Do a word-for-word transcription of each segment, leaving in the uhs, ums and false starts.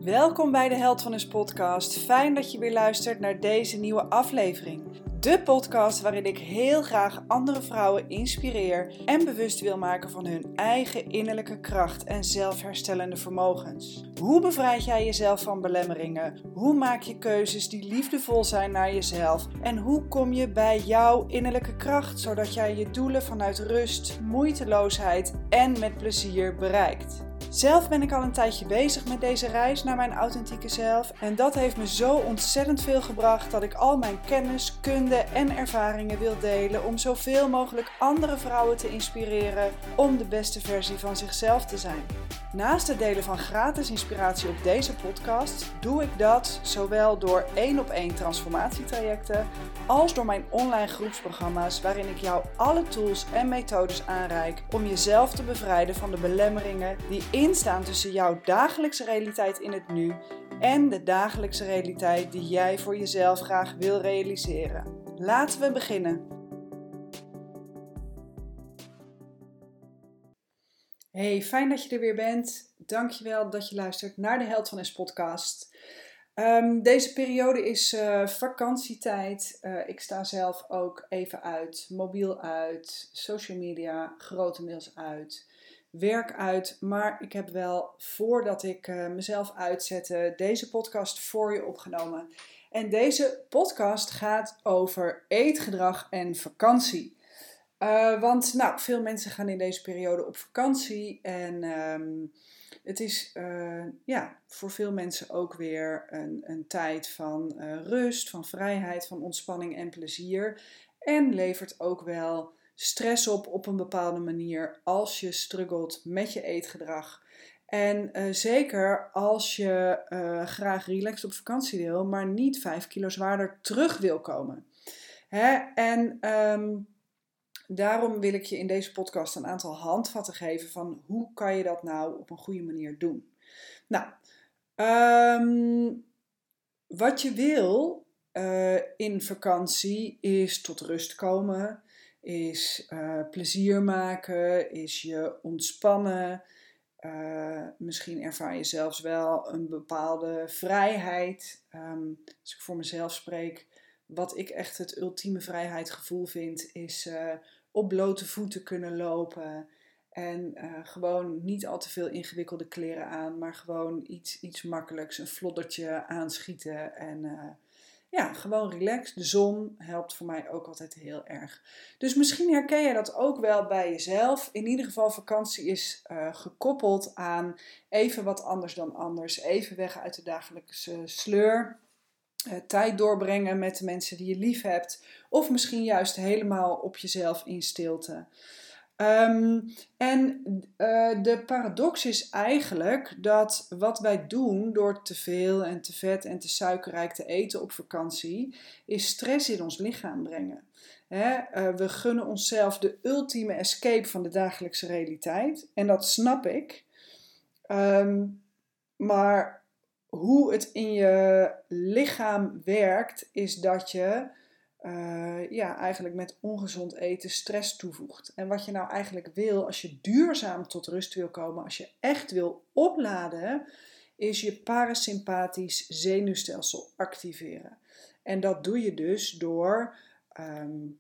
Welkom bij de Held van Us podcast. Fijn dat je weer luistert naar deze nieuwe aflevering. De podcast waarin ik heel graag andere vrouwen inspireer en bewust wil maken van hun eigen innerlijke kracht en zelfherstellende vermogens. Hoe bevrijd jij jezelf van belemmeringen? Hoe maak je keuzes die liefdevol zijn naar jezelf? En hoe kom je bij jouw innerlijke kracht, zodat jij je doelen vanuit rust, moeiteloosheid en met plezier bereikt? Zelf ben ik al een tijdje bezig met deze reis naar mijn authentieke zelf en dat heeft me zo ontzettend veel gebracht dat ik al mijn kennis, kunde en ervaringen wil delen om zoveel mogelijk andere vrouwen te inspireren om de beste versie van zichzelf te zijn. Naast het delen van gratis inspiratie op deze podcast doe ik dat zowel door één op één transformatietrajecten als door mijn online groepsprogramma's waarin ik jou alle tools en methodes aanreik om jezelf te bevrijden van de belemmeringen die instaan tussen jouw dagelijkse realiteit in het nu en de dagelijkse realiteit die jij voor jezelf graag wil realiseren. Laten we beginnen. Hey, fijn dat je er weer bent. Dankjewel dat je luistert naar de Held van Us podcast. Um, deze periode is uh, vakantietijd. Uh, ik sta zelf ook even uit, mobiel uit, social media grotendeels uit, werk uit. Maar ik heb wel, voordat ik uh, mezelf uitzette, deze podcast voor je opgenomen. En deze podcast gaat over eetgedrag en vakantie. Uh, want nou, veel mensen gaan in deze periode op vakantie en um, het is uh, ja, voor veel mensen ook weer een, een tijd van uh, rust, van vrijheid, van ontspanning en plezier. En levert ook wel stress op op een bepaalde manier als je struggelt met je eetgedrag. En uh, zeker als je uh, graag relaxed op vakantie wil, maar niet vijf kilo zwaarder terug wil komen. Hè? En um, Daarom wil ik je in deze podcast een aantal handvatten geven van hoe kan je dat nou op een goede manier doen. Nou, um, wat je wil uh, in vakantie is tot rust komen, is uh, plezier maken, is je ontspannen. Uh, misschien ervaar je zelfs wel een bepaalde vrijheid. Um, als ik voor mezelf spreek, wat ik echt het ultieme vrijheidsgevoel vind, is uh, op blote voeten kunnen lopen. En uh, gewoon niet al te veel ingewikkelde kleren aan, maar gewoon iets, iets makkelijks, een floddertje aanschieten. En uh, ja, gewoon relaxed. De zon helpt voor mij ook altijd heel erg. Dus misschien herken je dat ook wel bij jezelf. In ieder geval, vakantie is uh, gekoppeld aan even wat anders dan anders. Even weg uit de dagelijkse sleur. Uh, tijd doorbrengen met de mensen die je lief hebt. Of misschien juist helemaal op jezelf in stilte. Um, en uh, de paradox is eigenlijk dat wat wij doen door te veel en te vet en te suikerrijk te eten op vakantie, is stress in ons lichaam brengen. He, uh, we gunnen onszelf de ultieme escape van de dagelijkse realiteit. En dat snap ik. Um, maar hoe het in je lichaam werkt, is dat je uh, ja, eigenlijk met ongezond eten stress toevoegt. En wat je nou eigenlijk wil, als je duurzaam tot rust wil komen, als je echt wil opladen, is je parasympathisch zenuwstelsel activeren. En dat doe je dus door um,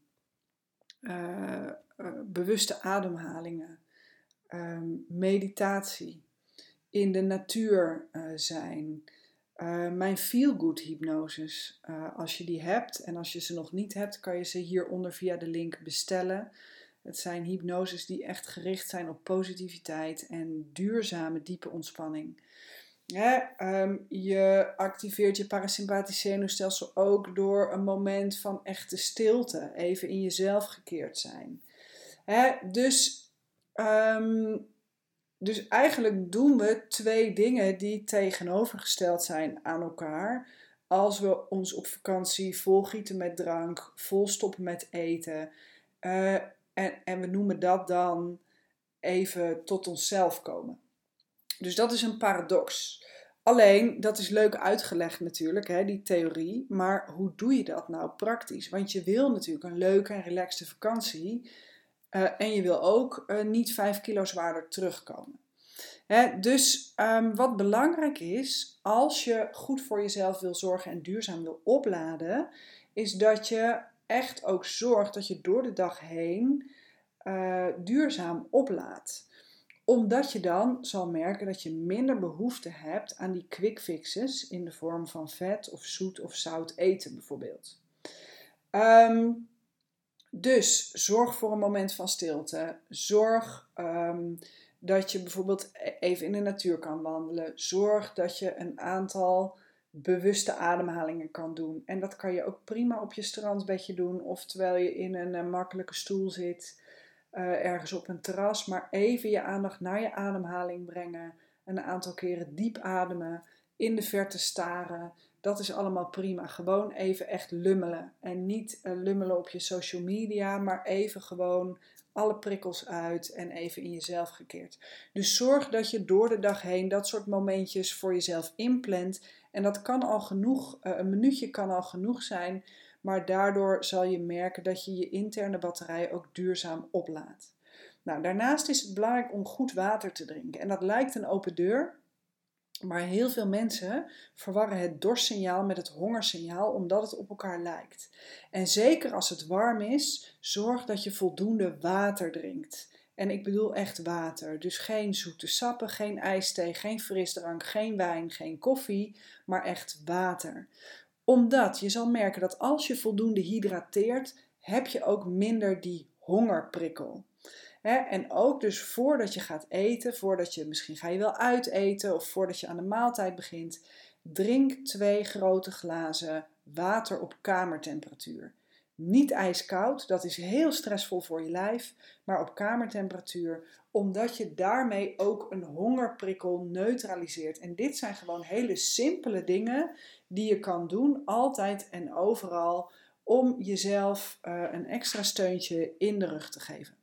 uh, uh, bewuste ademhalingen, um, meditatie, in de natuur uh, zijn. Uh, mijn feel-good hypnoses. Uh, als je die hebt en als je ze nog niet hebt, kan je ze hieronder via de link bestellen. Het zijn hypnoses die echt gericht zijn op positiviteit en duurzame diepe ontspanning. Ja, um, je activeert je parasympathisch zenuwstelsel ook door een moment van echte stilte. Even in jezelf gekeerd zijn. Hè, dus... Um, Dus eigenlijk doen we twee dingen die tegenovergesteld zijn aan elkaar. Als we ons op vakantie volgieten met drank, volstoppen met eten. Uh, en, en we noemen dat dan even tot onszelf komen. Dus dat is een paradox. Alleen, dat is leuk uitgelegd natuurlijk, hè, die theorie. Maar hoe doe je dat nou praktisch? Want je wil natuurlijk een leuke en relaxte vakantie. Uh, en je wil ook uh, niet vijf kilo zwaarder terugkomen. Hè, dus um, wat belangrijk is, als je goed voor jezelf wil zorgen en duurzaam wil opladen, is dat je echt ook zorgt dat je door de dag heen uh, duurzaam oplaadt. Omdat je dan zal merken dat je minder behoefte hebt aan die quick fixes in de vorm van vet of zoet of zout eten bijvoorbeeld. Um, dus zorg voor een moment van stilte. Zorg um, dat je bijvoorbeeld even in de natuur kan wandelen. Zorg dat je een aantal bewuste ademhalingen kan doen. En dat kan je ook prima op je strandbedje doen of terwijl je in een uh, makkelijke stoel zit. Uh, ergens op een terras, maar even je aandacht naar je ademhaling brengen. Een aantal keren diep ademen, in de verte staren. Dat is allemaal prima. Gewoon even echt lummelen. En niet uh, lummelen op je social media, maar even gewoon alle prikkels uit en even in jezelf gekeerd. Dus zorg dat je door de dag heen dat soort momentjes voor jezelf inplant. En dat kan al genoeg, uh, een minuutje kan al genoeg zijn. Maar daardoor zal je merken dat je je interne batterij ook duurzaam oplaadt. Nou, daarnaast is het belangrijk om goed water te drinken. En dat lijkt een open deur, maar heel veel mensen verwarren het dorstsignaal met het hongersignaal omdat het op elkaar lijkt. En zeker als het warm is, zorg dat je voldoende water drinkt. En ik bedoel echt water. Dus geen zoete sappen, geen ijsthee, geen frisdrank, geen wijn, geen koffie, maar echt water. Omdat je zal merken dat als je voldoende hydrateert, heb je ook minder die hongerprikkel. He, en ook dus voordat je gaat eten, voordat je misschien ga je wel uiteten of voordat je aan de maaltijd begint, drink twee grote glazen water op kamertemperatuur. Niet ijskoud, dat is heel stressvol voor je lijf, maar op kamertemperatuur, omdat je daarmee ook een hongerprikkel neutraliseert. En dit zijn gewoon hele simpele dingen die je kan doen, altijd en overal, om jezelf uh, een extra steuntje in de rug te geven.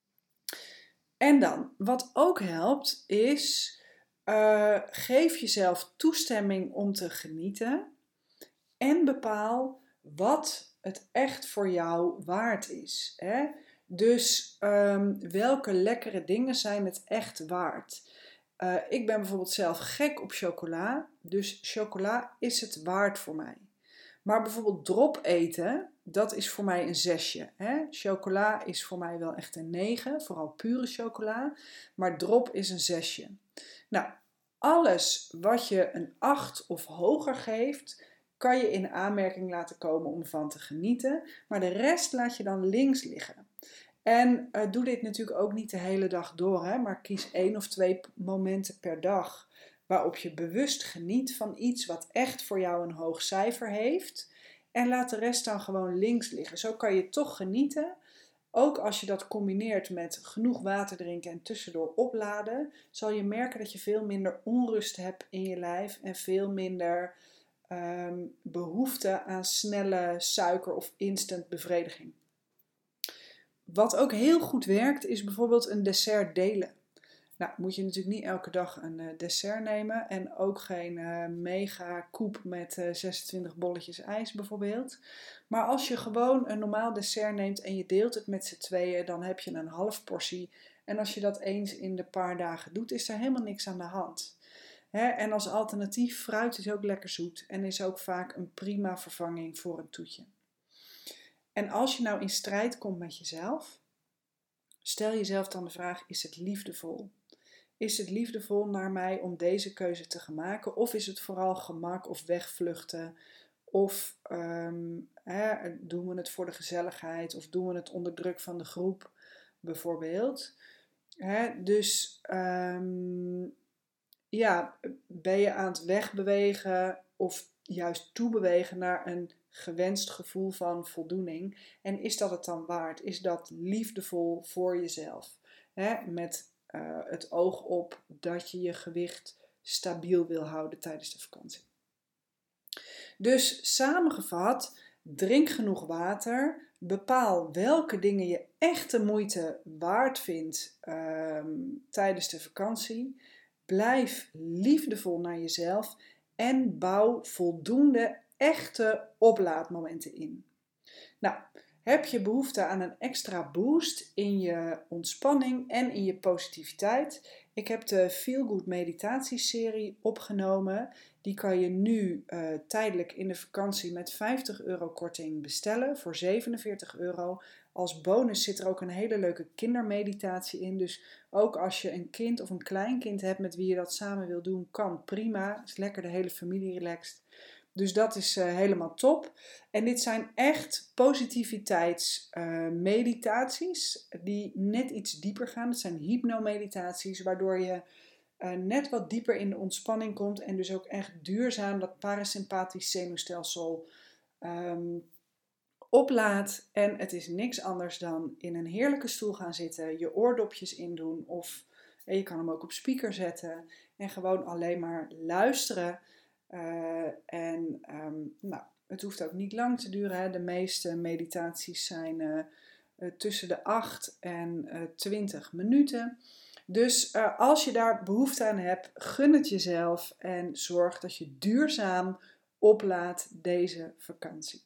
En dan, wat ook helpt, is uh, geef jezelf toestemming om te genieten en bepaal wat het echt voor jou waard is. Hè? Dus um, welke lekkere dingen zijn het echt waard? Uh, ik ben bijvoorbeeld zelf gek op chocola, dus chocola is het waard voor mij. Maar bijvoorbeeld drop eten, dat is voor mij een zesje. Hè? Chocola is voor mij wel echt een negen, vooral pure chocola. Maar drop is een zesje. Nou, alles wat je een acht of hoger geeft, kan je in aanmerking laten komen om van te genieten. Maar de rest laat je dan links liggen. En uh, doe dit natuurlijk ook niet de hele dag door, hè? Maar kies één of twee momenten per dag waarop je bewust geniet van iets wat echt voor jou een hoog cijfer heeft. En laat de rest dan gewoon links liggen. Zo kan je toch genieten. Ook als je dat combineert met genoeg water drinken en tussendoor opladen, zal je merken dat je veel minder onrust hebt in je lijf en veel minder um, behoefte aan snelle suiker of instant bevrediging. Wat ook heel goed werkt is bijvoorbeeld een dessert delen. Nou, moet je natuurlijk niet elke dag een uh, dessert nemen en ook geen uh, mega koep met uh, zesentwintig bolletjes ijs bijvoorbeeld. Maar als je gewoon een normaal dessert neemt en je deelt het met z'n tweeën, dan heb je een half portie. En als je dat eens in de paar dagen doet, is er helemaal niks aan de hand. Hè? En als alternatief, fruit is ook lekker zoet en is ook vaak een prima vervanging voor een toetje. En als je nou in strijd komt met jezelf, stel jezelf dan de vraag, is het liefdevol? Is het liefdevol naar mij om deze keuze te gaan maken? Of is het vooral gemak of wegvluchten? Of um, hè, doen we het voor de gezelligheid? Of doen we het onder druk van de groep bijvoorbeeld? Hè, dus um, ja, ben je aan het wegbewegen of juist toebewegen naar een gewenst gevoel van voldoening? En is dat het dan waard? Is dat liefdevol voor jezelf? Hè, met uh, het oog op dat je je gewicht stabiel wil houden tijdens de vakantie. Dus samengevat, drink genoeg water. Bepaal welke dingen je echt de moeite waard vindt uh, tijdens de vakantie. Blijf liefdevol naar jezelf en bouw voldoende echte oplaadmomenten in. Nou, heb je behoefte aan een extra boost in je ontspanning en in je positiviteit? Ik heb de Feel Good meditatieserie opgenomen. Die kan je nu uh, tijdelijk in de vakantie met vijftig euro korting bestellen voor zevenenveertig euro. Als bonus zit er ook een hele leuke kindermeditatie in. Dus ook als je een kind of een kleinkind hebt met wie je dat samen wil doen, kan prima. Is lekker de hele familie relaxed. Dus dat is uh, helemaal top. En dit zijn echt positiviteitsmeditaties uh, die net iets dieper gaan. Het zijn hypnomeditaties waardoor je uh, net wat dieper in de ontspanning komt. En dus ook echt duurzaam dat parasympathisch zenuwstelsel um, oplaadt. En het is niks anders dan in een heerlijke stoel gaan zitten, je oordopjes indoen. Of en je kan hem ook op speaker zetten. En gewoon alleen maar luisteren. Uh, en um, nou, het hoeft ook niet lang te duren. Hè. De meeste meditaties zijn uh, uh, tussen de acht en uh, twintig minuten. Dus uh, als je daar behoefte aan hebt, gun het jezelf en zorg dat je duurzaam oplaadt deze vakantie.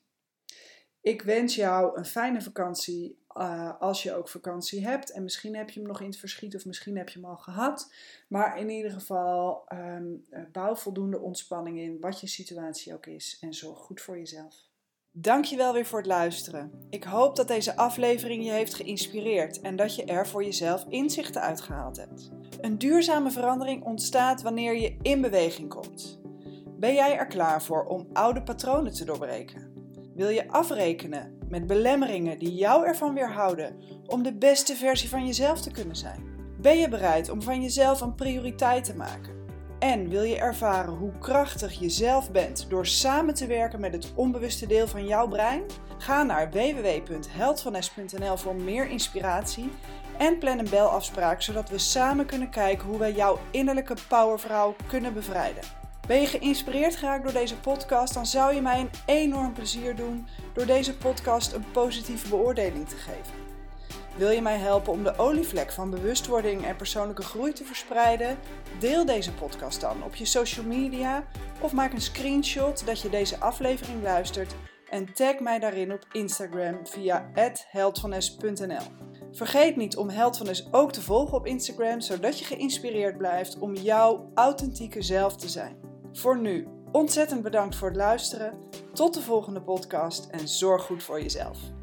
Ik wens jou een fijne vakantie uh, als je ook vakantie hebt. En misschien heb je hem nog in het verschiet of misschien heb je hem al gehad. Maar in ieder geval um, bouw voldoende ontspanning in wat je situatie ook is. En zorg goed voor jezelf. Dankjewel weer voor het luisteren. Ik hoop dat deze aflevering je heeft geïnspireerd en dat je er voor jezelf inzichten uitgehaald hebt. Een duurzame verandering ontstaat wanneer je in beweging komt. Ben jij er klaar voor om oude patronen te doorbreken? Wil je afrekenen met belemmeringen die jou ervan weerhouden om de beste versie van jezelf te kunnen zijn? Ben je bereid om van jezelf een prioriteit te maken? En wil je ervaren hoe krachtig je zelf bent door samen te werken met het onbewuste deel van jouw brein? Ga naar w w w punt held van nest punt n l voor meer inspiratie en plan een belafspraak zodat we samen kunnen kijken hoe wij jouw innerlijke powervrouw kunnen bevrijden. Ben je geïnspireerd geraakt door deze podcast, dan zou je mij een enorm plezier doen door deze podcast een positieve beoordeling te geven. Wil je mij helpen om de olievlek van bewustwording en persoonlijke groei te verspreiden? Deel deze podcast dan op je social media of maak een screenshot dat je deze aflevering luistert en tag mij daarin op Instagram via at held van nest punt n l. Vergeet niet om Held van Nest ook te volgen op Instagram, zodat je geïnspireerd blijft om jouw authentieke zelf te zijn. Voor nu, ontzettend bedankt voor het luisteren. Tot de volgende podcast en zorg goed voor jezelf.